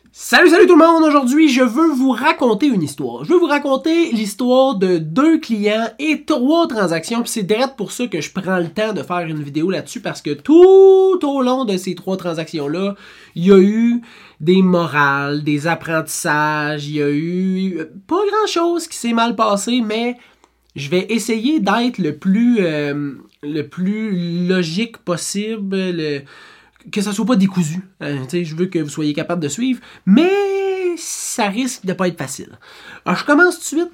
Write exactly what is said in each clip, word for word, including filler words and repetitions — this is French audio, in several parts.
Salut, salut tout le monde! Aujourd'hui, je veux vous raconter une histoire. Je veux vous raconter l'histoire de deux clients et trois transactions. Puis c'est direct pour ça que je prends le temps de faire une vidéo là-dessus parce que tout au long de ces trois transactions-là, il y a eu des morales, des apprentissages, il y a eu pas grand-chose qui s'est mal passé, mais je vais essayer d'être le plus, euh, le plus logique possible, le... que ça soit pas décousu. Euh, je veux que vous soyez capable de suivre, mais ça risque de pas être facile. Alors, je commence tout de suite.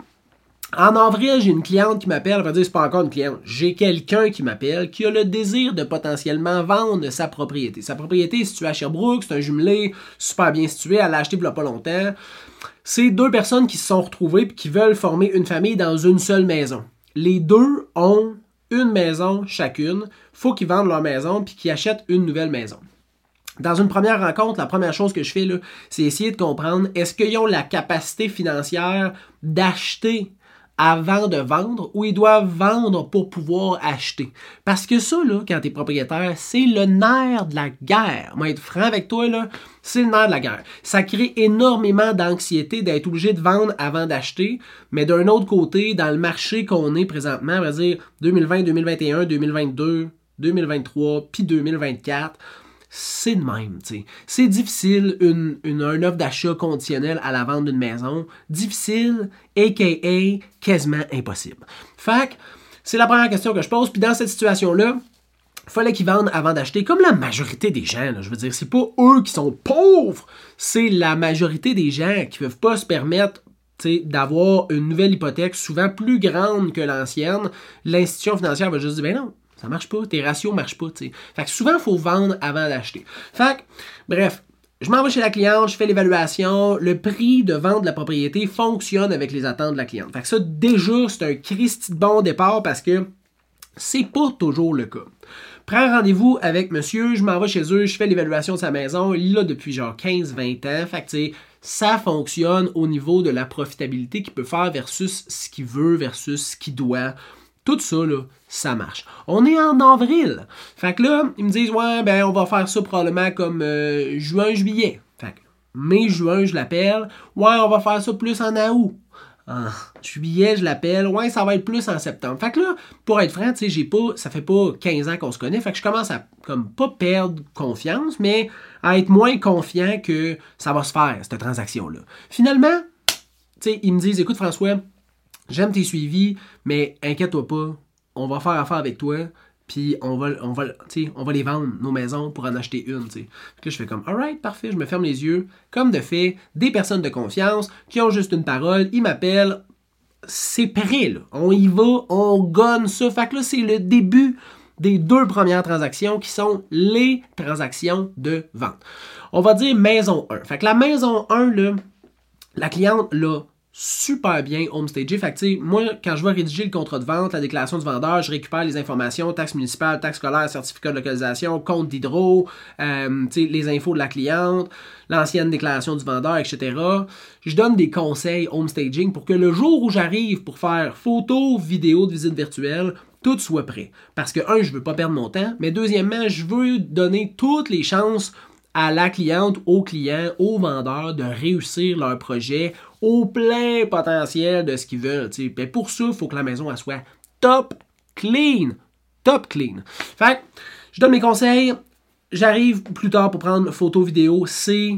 En avril, j'ai une cliente qui m'appelle. Elle va dire, c'est pas encore une cliente. J'ai quelqu'un qui m'appelle qui a le désir de potentiellement vendre sa propriété. Sa propriété est située à Sherbrooke. C'est un jumelé super bien situé. Elle l'a acheté il y a pas longtemps. C'est deux personnes qui se sont retrouvées et qui veulent former une famille dans une seule maison. Les deux ont une maison chacune. Faut qu'ils vendent leur maison puis qu'ils achètent une nouvelle maison. Dans une première rencontre, la première chose que je fais, là, c'est essayer de comprendre est-ce qu'ils ont la capacité financière d'acheter avant de vendre ou ils doivent vendre pour pouvoir acheter. Parce que ça, là, quand tu es propriétaire, c'est le nerf de la guerre. Moi, être franc avec toi, là, c'est le nerf de la guerre. Ça crée énormément d'anxiété d'être obligé de vendre avant d'acheter, mais d'un autre côté, dans le marché qu'on est présentement, on va dire deux mille vingt, deux mille vingt et un, deux mille vingt-deux, deux mille vingt-trois, puis deux mille vingt-quatre, c'est de même, tu sais. C'est difficile, une, une, une offre d'achat conditionnelle à la vente d'une maison. Difficile, a k a quasiment impossible. Fait que, c'est la première question que je pose. Puis dans cette situation-là, il fallait qu'ils vendent avant d'acheter. Comme la majorité des gens, là, je veux dire, c'est pas eux qui sont pauvres, c'est la majorité des gens qui peuvent pas se permettre d'avoir une nouvelle hypothèque souvent plus grande que l'ancienne. L'institution financière va juste dire, ben non, ça marche pas, tes ratios marchent pas, tu sais. Fait que souvent, il faut vendre avant d'acheter. Fait que, bref, je m'en vais chez la cliente, je fais l'évaluation, le prix de vente de la propriété fonctionne avec les attentes de la cliente. Fait que ça, déjà, c'est un Christy de bon départ parce que c'est pas toujours le cas. Prends rendez-vous avec monsieur, je m'en vais chez eux, je fais l'évaluation de sa maison, il l'a depuis genre quinze vingt ans, fait que tu sais, ça fonctionne au niveau de la profitabilité qu'il peut faire versus ce qu'il veut, versus ce qu'il doit. Tout ça, là, ça marche. On est en avril. Fait que là, ils me disent, ouais, ben, on va faire ça probablement comme euh, juin, juillet. Fait que mai, juin, je l'appelle. Ouais, on va faire ça plus en août. En juillet, je l'appelle. Ouais, ça va être plus en septembre. Fait que là, pour être franc, tu sais, j'ai pas, ça fait pas quinze ans qu'on se connaît. Fait que je commence à, comme, pas perdre confiance, mais à être moins confiant que ça va se faire, cette transaction-là. Finalement, tu sais, ils me disent, écoute, François, j'aime tes suivis, mais inquiète-toi pas, on va faire affaire avec toi, puis on va, on va, on va les vendre, nos maisons, pour en acheter une. T'sais. Là, je fais comme, alright, parfait, je me ferme les yeux. Comme de fait, des personnes de confiance qui ont juste une parole, ils m'appellent, c'est prêt, là. On y va, on gonne ça. Fait que là, c'est le début des deux premières transactions qui sont les transactions de vente. On va dire maison un. Fait que la maison un, là, la cliente, là, super bien homestagé. Fait que, tu sais, moi, quand je vais rédiger le contrat de vente, la déclaration du vendeur, je récupère les informations, taxes municipales, taxes scolaires, certificat de localisation, compte d'hydro, euh, tu sais, les infos de la cliente, l'ancienne déclaration du vendeur, et cetera. Je donne des conseils homestaging pour que le jour où j'arrive pour faire photos, vidéos de visite virtuelle, tout soit prêt. Parce que, un, je veux pas perdre mon temps, mais deuxièmement, je veux donner toutes les chances à la cliente, au client, au vendeur de réussir leur projet au plein potentiel de ce qu'ils veulent. T'sais. Et pour ça, il faut que la maison elle soit top clean. Top clean. Fait que, je donne mes conseils. J'arrive plus tard pour prendre photo vidéo. C'est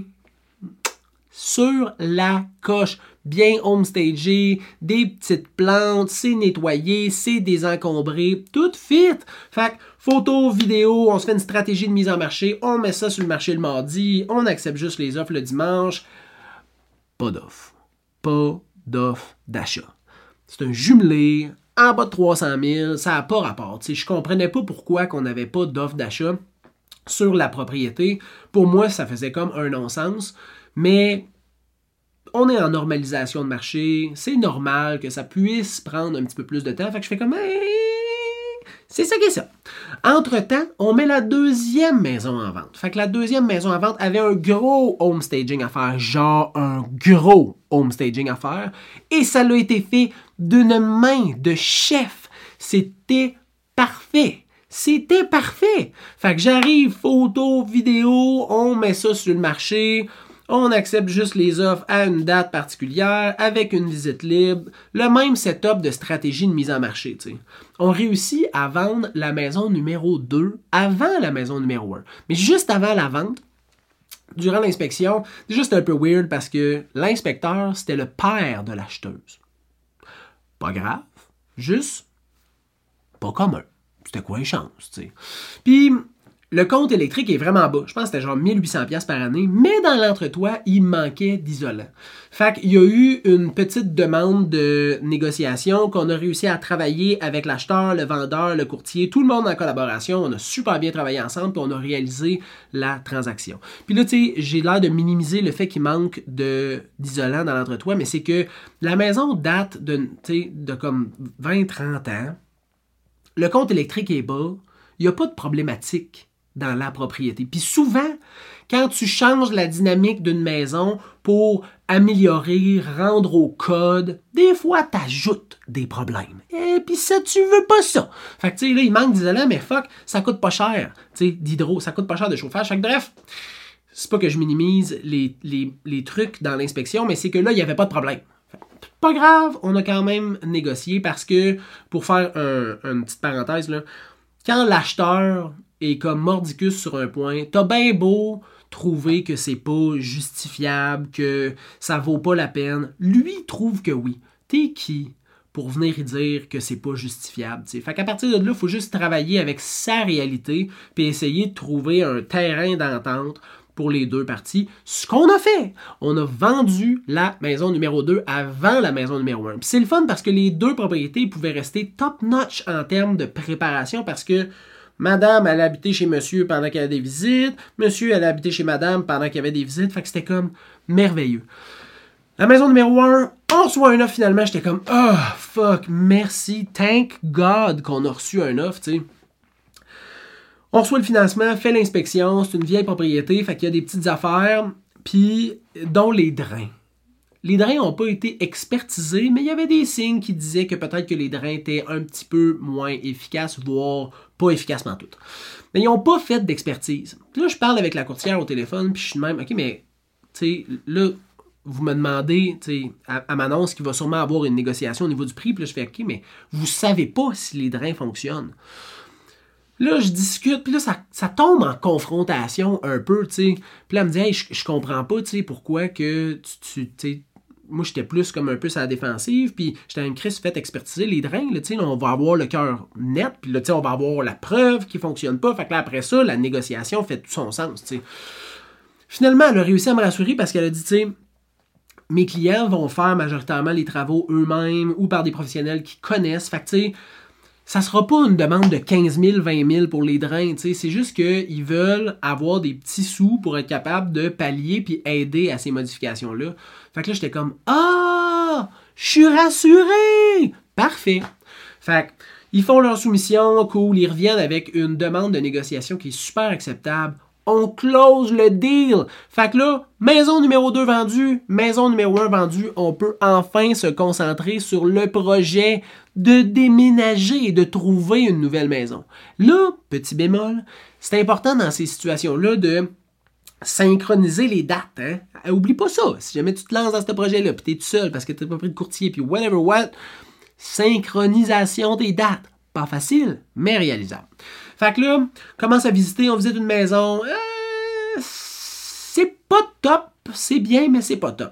sur la coche. Bien homestagé, des petites plantes, c'est nettoyé, c'est désencombré, tout fit. Fait que photo, vidéo, on se fait une stratégie de mise en marché, on met ça sur le marché le mardi, on accepte juste les offres le dimanche. Pas d'offre. Pas d'offre d'achat. C'est un jumelé, en bas de trois cent mille, ça n'a pas rapport. T'sais, je comprenais pas pourquoi qu'on n'avait pas d'offre d'achat sur la propriété. Pour moi, ça faisait comme un non-sens, mais on est en normalisation de marché, c'est normal que ça puisse prendre un petit peu plus de temps. Fait que je fais comme, hey, c'est ça qui est ça. Entre-temps, on met la deuxième maison en vente. Fait que la deuxième maison en vente avait un gros homestaging à faire, genre un gros homestaging à faire. Et ça l'a été fait d'une main de chef. C'était parfait. C'était parfait. Fait que j'arrive, photo, vidéo, on met ça sur le marché. On accepte juste les offres à une date particulière, avec une visite libre, le même setup de stratégie de mise en marché. T'sais. On réussit à vendre la maison numéro deux avant la maison numéro un. Mais juste avant la vente, durant l'inspection, c'est juste un peu weird parce que l'inspecteur, c'était le père de l'acheteuse. Pas grave, juste pas commun. C'était quoi les chances, tu sais. Puis, le compte électrique est vraiment bas. Je pense que c'était genre mille huit cents dollars par année, mais dans l'entretoit, il manquait d'isolant. Fait qu'il y a eu une petite demande de négociation qu'on a réussi à travailler avec l'acheteur, le vendeur, le courtier, tout le monde en collaboration. On a super bien travaillé ensemble puis on a réalisé la transaction. Puis là, tu sais, j'ai l'air de minimiser le fait qu'il manque de, d'isolant dans l'entretoit, mais c'est que la maison date de, tu sais, de comme vingt à trente ans. Le compte électrique est bas. Il n'y a pas de problématique dans la propriété. Puis souvent, quand tu changes la dynamique d'une maison pour améliorer, rendre au code, des fois, tu ajoutes des problèmes. Et puis ça, tu veux pas ça. Fait que, tu sais, là, il manque d'isolant, mais fuck, ça coûte pas cher. Tu sais, d'hydro, ça coûte pas cher de chauffage. Fait que, bref, c'est pas que je minimise les, les, les trucs dans l'inspection, mais c'est que là, il n'y avait pas de problème. Pas grave, on a quand même négocié parce que, pour faire un, une petite parenthèse, là, quand l'acheteur est comme mordicus sur un point, t'as bien beau trouver que c'est pas justifiable, que ça vaut pas la peine, lui trouve que oui. T'es qui pour venir y dire que c'est pas justifiable, t'sais? Fait qu'à partir de là, il faut juste travailler avec sa réalité puis essayer de trouver un terrain d'entente pour les deux parties. Ce qu'on a fait, on a vendu la maison numéro deux avant la maison numéro un. Puis c'est le fun parce que les deux propriétés pouvaient rester top-notch en termes de préparation parce que madame, elle habitait chez monsieur pendant qu'il y avait des visites, monsieur, elle habitait chez madame pendant qu'il y avait des visites, fait que c'était comme merveilleux. La maison numéro un, on reçoit un offre finalement, j'étais comme « Oh, fuck, merci, thank God qu'on a reçu un offre, tu sais. » On reçoit le financement, fait l'inspection, c'est une vieille propriété, fait qu'il y a des petites affaires, puis dont les drains. Les drains n'ont pas été expertisés, mais il y avait des signes qui disaient que peut-être que les drains étaient un petit peu moins efficaces, voire pas efficacement toutes. Mais ils n'ont pas fait d'expertise. Puis là, je parle avec la courtière au téléphone, puis je suis de même, OK, mais, tu sais, là, vous me demandez, tu sais, à, à m'annonce qu'il va sûrement avoir une négociation au niveau du prix, puis là, je fais, OK, mais vous savez pas si les drains fonctionnent. Là, je discute, puis là, ça, ça tombe en confrontation un peu, tu sais. Puis là, elle me dit, hey, je, je comprends pas, tu sais, pourquoi que tu, tu sais, moi, j'étais plus comme un peu sur la défensive, puis j'étais un Chris fait expertiser les drains, là, tu sais, là, on va avoir le cœur net, puis là, tu sais, on va avoir la preuve qui fonctionne pas, fait que là, après ça, la négociation fait tout son sens, tu sais. Finalement, elle a réussi à me rassurer parce qu'elle a dit, tu sais, mes clients vont faire majoritairement les travaux eux-mêmes ou par des professionnels qui connaissent, fait que, tu sais, ça sera pas une demande de quinze mille, vingt mille pour les drains, tu sais, c'est juste qu'ils veulent avoir des petits sous pour être capable de pallier puis aider à ces modifications-là. Fait que là, j'étais comme « Ah! Je suis rassuré! » Parfait! Fait qu'ils font leur soumission, cool, ils reviennent avec une demande de négociation qui est super acceptable. On close le deal. Fait que là, maison numéro deux vendue, maison numéro un vendue, on peut enfin se concentrer sur le projet de déménager et de trouver une nouvelle maison. Là, petit bémol, c'est important dans ces situations-là de synchroniser les dates. Hein? Oublie pas ça. Si jamais tu te lances dans ce projet-là, puis t'es tout seul parce que t'as pas pris de courtier, puis whatever what, synchronisation des dates. Pas facile, mais réalisable. Fait que là, commence à visiter, on visite une maison. Euh, c'est pas top. C'est bien, mais c'est pas top.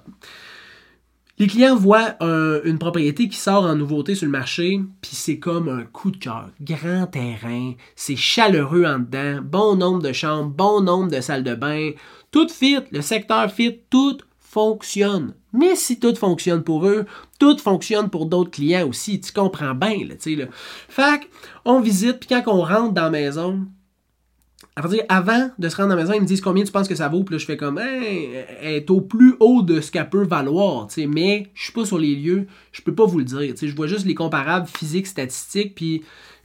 Les clients voient un, une propriété qui sort en nouveauté sur le marché, puis c'est comme un coup de cœur. Grand terrain, c'est chaleureux en dedans, bon nombre de chambres, bon nombre de salles de bain. Tout fit, le secteur fit, tout fonctionne. Mais si tout fonctionne pour eux, tout fonctionne pour d'autres clients aussi. Tu comprends bien, là, tu sais, là. Fait qu'on visite, puis quand on rentre dans la maison, à vrai dire, avant de se rendre dans la maison, ils me disent combien tu penses que ça vaut, puis là, je fais comme, hey, elle est au plus haut de ce qu'elle peut valoir, tu sais, mais je suis pas sur les lieux, je peux pas vous le dire, tu sais, je vois juste les comparables physiques, statistiques, puis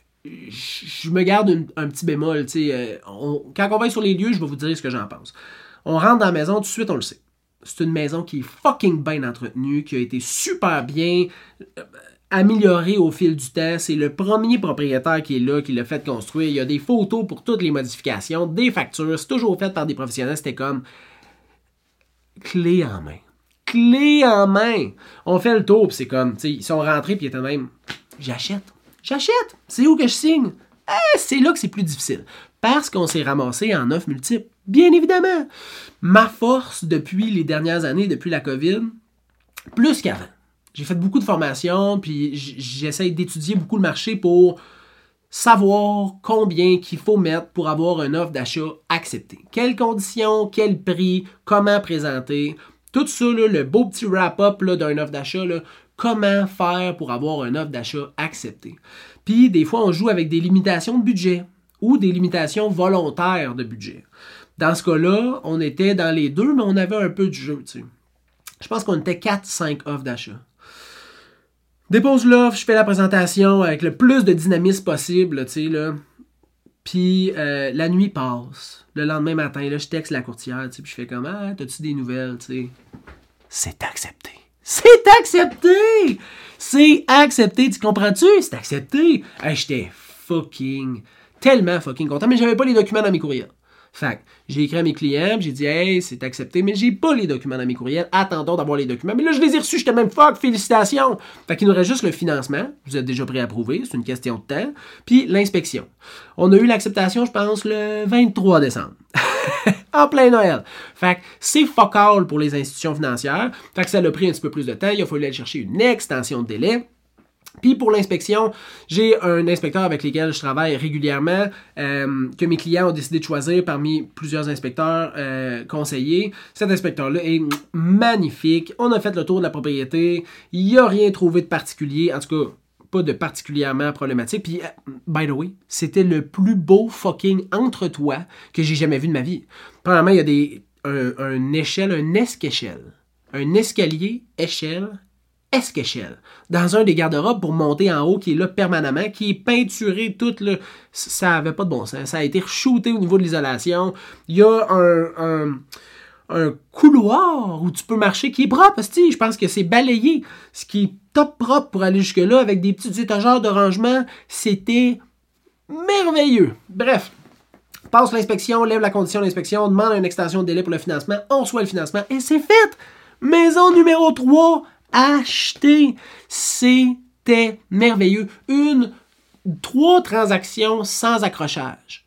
je me garde une, un petit bémol, tu sais, euh, on, quand on va être sur les lieux, je vais vous dire ce que j'en pense. On rentre dans la maison, tout de suite, on le sait. C'est une maison qui est fucking bien entretenue, qui a été super bien euh, améliorée au fil du temps. C'est le premier propriétaire qui est là, qui l'a fait construire. Il y a des photos pour toutes les modifications, des factures. C'est toujours fait par des professionnels. C'était comme... clé en main. Clé en main. On fait le tour, puis c'est comme, tu sais, ils sont rentrés, puis ils étaient même, j'achète. J'achète. C'est où que je signe? Eh, c'est là que c'est plus difficile. Parce qu'on s'est ramassé en offres multiples. Bien évidemment. Ma force depuis les dernières années, depuis la COVID, plus qu'avant. J'ai fait beaucoup de formations, puis j'essaie d'étudier beaucoup le marché pour savoir combien qu'il faut mettre pour avoir une offre d'achat acceptée. Quelles conditions, quel prix, comment présenter. Tout ça, là, le beau petit wrap-up d'une offre d'achat, là, comment faire pour avoir une offre d'achat acceptée. Puis, des fois, on joue avec des limitations de budget ou des limitations volontaires de budget. Dans ce cas-là, on était dans les deux, mais on avait un peu de jeu, tu sais. Je pense qu'on était quatre cinq offres d'achat. Dépose l'offre, je fais la présentation avec le plus de dynamisme possible, tu sais, là. Puis, euh, la nuit passe. Le lendemain matin, là, je texte la courtière, tu sais, puis je fais comme, ah, t'as-tu des nouvelles, tu sais. C'est accepté. C'est accepté! C'est accepté, tu comprends-tu? C'est accepté! Hey, j'étais fucking, tellement fucking content, mais j'avais pas les documents dans mes courriels. Fait que j'ai écrit à mes clients, j'ai dit, hey, c'est accepté, mais j'ai pas les documents dans mes courriels. Attendons d'avoir les documents. Mais là, je les ai reçus, j'étais même fuck, félicitations! Fait qu'il nous reste juste le financement. Vous êtes déjà préapprouvé, c'est une question de temps. Puis l'inspection. On a eu l'acceptation, je pense, le vingt-trois décembre. En plein Noël. Fait que c'est fuck all pour les institutions financières. Fait que ça a pris un petit peu plus de temps. Il a fallu aller chercher une extension de délai. Puis pour l'inspection, j'ai un inspecteur avec lequel je travaille régulièrement, euh, que mes clients ont décidé de choisir parmi plusieurs inspecteurs euh, conseillés. Cet inspecteur-là est magnifique. On a fait le tour de la propriété. Il n'a rien trouvé de particulier. En tout cas, pas de particulièrement problématique. Puis, by the way, c'était le plus beau fucking entre-toi que j'ai jamais vu de ma vie. Premièrement, il y a des, un, un échelle, un esque-échelle. Un escalier, échelle, esque-échelle. Dans un des garde-robes pour monter en haut, qui est là permanemment, qui est peinturé tout, là. Ça avait pas de bon sens. Ça a été re-shooté au niveau de l'isolation. Il y a un... un un couloir où tu peux marcher qui est propre, je pense que c'est balayé, ce qui est top propre pour aller jusque-là avec des petites étagères de rangement, c'était merveilleux. Bref, passe l'inspection, lève la condition d'inspection, demande une extension de délai pour le financement, on reçoit le financement et c'est fait! Maison numéro trois, achetée. C'était merveilleux. Une, trois transactions sans accrochage.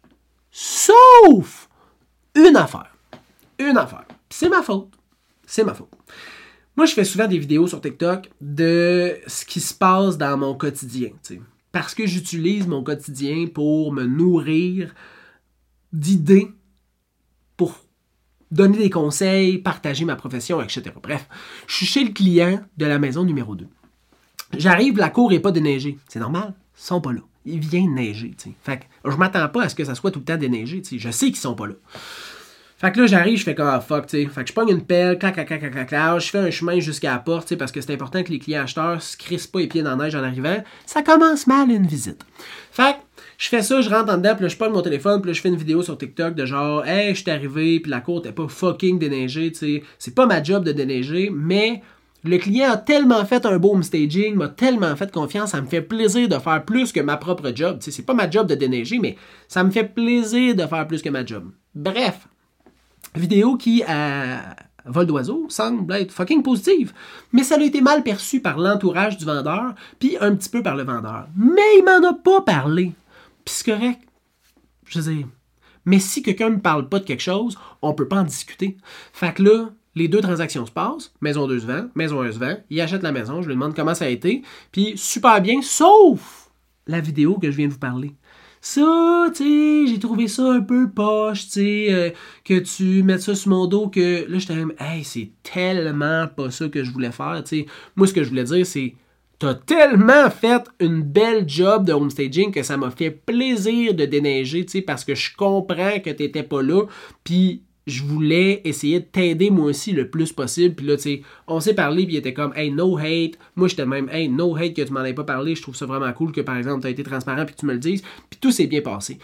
Sauf une affaire. Une affaire. C'est ma faute. C'est ma faute. Moi, je fais souvent des vidéos sur TikTok de ce qui se passe dans mon quotidien. T'sais. Parce que j'utilise mon quotidien pour me nourrir d'idées, pour donner des conseils, partager ma profession, et cetera. Bref, je suis chez le client de la maison numéro deux. J'arrive, la cour n'est pas déneigée. C'est normal, ils sont pas là. Il vient de neiger. T'sais. Fait que je m'attends pas à ce que ça soit tout le temps déneigé. T'sais. Je sais qu'ils sont pas là. Fait que là, j'arrive, je fais comme, ah, fuck, tu sais. Fait que je pogne une pelle, clac, clac, clac, clac, clac, clac, je fais un chemin jusqu'à la porte, tu sais, parce que c'est important que les clients acheteurs se crissent pas les pieds dans la neige en arrivant. Ça commence mal, une visite. Fait que je fais ça, je rentre en dedans, puis là, je pogne mon téléphone, puis là, je fais une vidéo sur TikTok de genre, hey, je suis arrivé, puis la cour t'es pas fucking déneigée, tu sais. C'est pas ma job de déneiger, mais le client a tellement fait un beau home staging, m'a tellement fait confiance, ça me fait plaisir de faire plus que ma propre job. Tu sais, c'est pas ma job de déneiger, mais ça me fait plaisir de faire plus que ma job. Bref. Vidéo qui, à vol d'oiseau, semble être fucking positive. Mais ça a été mal perçu par l'entourage du vendeur, puis un petit peu par le vendeur. Mais il m'en a pas parlé. Puis c'est correct. Je veux dire. Mais si quelqu'un ne me parle pas de quelque chose, on peut pas en discuter. Fait que là, les deux transactions se passent. Maison deux se vend, maison un se vend. Il achète la maison, je lui demande comment ça a été. Puis super bien, sauf la vidéo que je viens de vous parler. Ça, tu sais, j'ai trouvé ça un peu poche, tu sais, euh, que tu mettes ça sur mon dos, que là, j'étais même, hey, c'est tellement pas ça que je voulais faire, tu sais. Moi, ce que je voulais dire, c'est, t'as tellement fait une belle job de homestaging que ça m'a fait plaisir de déneiger, tu sais, parce que je comprends que t'étais pas là, puis je voulais essayer de t'aider moi aussi le plus possible. Puis là, tu sais, on s'est parlé, puis il était comme, hey, no hate. Moi, j'étais même, hey, no hate que tu m'en aies pas parlé. Je trouve ça vraiment cool que, par exemple, tu as été transparent puis que tu me le dises. Puis tout s'est bien passé.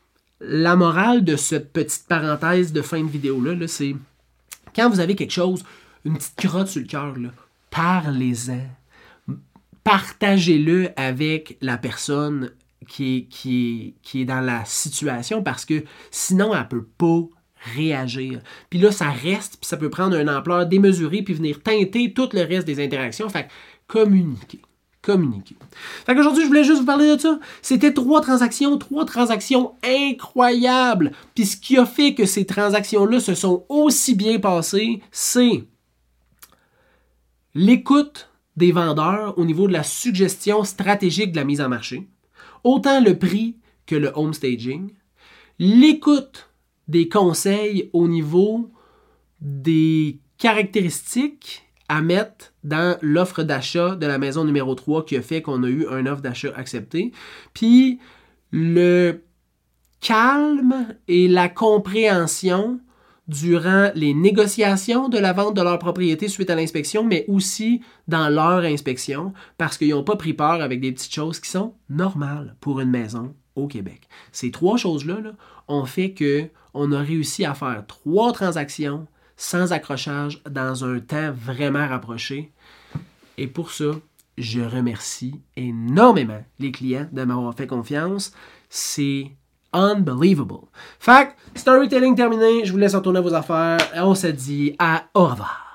La morale de cette petite parenthèse de fin de vidéo-là, là, c'est quand vous avez quelque chose, une petite crotte sur le cœur, là, parlez-en. Partagez-le avec la personne qui est, qui est, qui est dans la situation parce que sinon, elle peut pas réagir. Puis là, ça reste, puis ça peut prendre une ampleur démesurée, puis venir teinter tout le reste des interactions. Fait que communiquer. Communiquer. Fait qu'aujourd'hui, je voulais juste vous parler de ça. C'était trois transactions, trois transactions incroyables. Puis ce qui a fait que ces transactions-là se sont aussi bien passées, c'est l'écoute des vendeurs au niveau de la suggestion stratégique de la mise en marché, autant le prix que le home staging, l'écoute des conseils au niveau des caractéristiques à mettre dans l'offre d'achat de la maison numéro trois qui a fait qu'on a eu une offre d'achat acceptée, puis le calme et la compréhension durant les négociations de la vente de leur propriété suite à l'inspection, mais aussi dans leur inspection, parce qu'ils n'ont pas pris peur avec des petites choses qui sont normales pour une maison au Québec. Ces trois choses-là là, ont fait qu'on a réussi à faire trois transactions sans accrochage dans un temps vraiment rapproché. Et pour ça, je remercie énormément les clients de m'avoir fait confiance. C'est unbelievable. Fait que, storytelling terminé, je vous laisse retourner à vos affaires. On se dit à au revoir.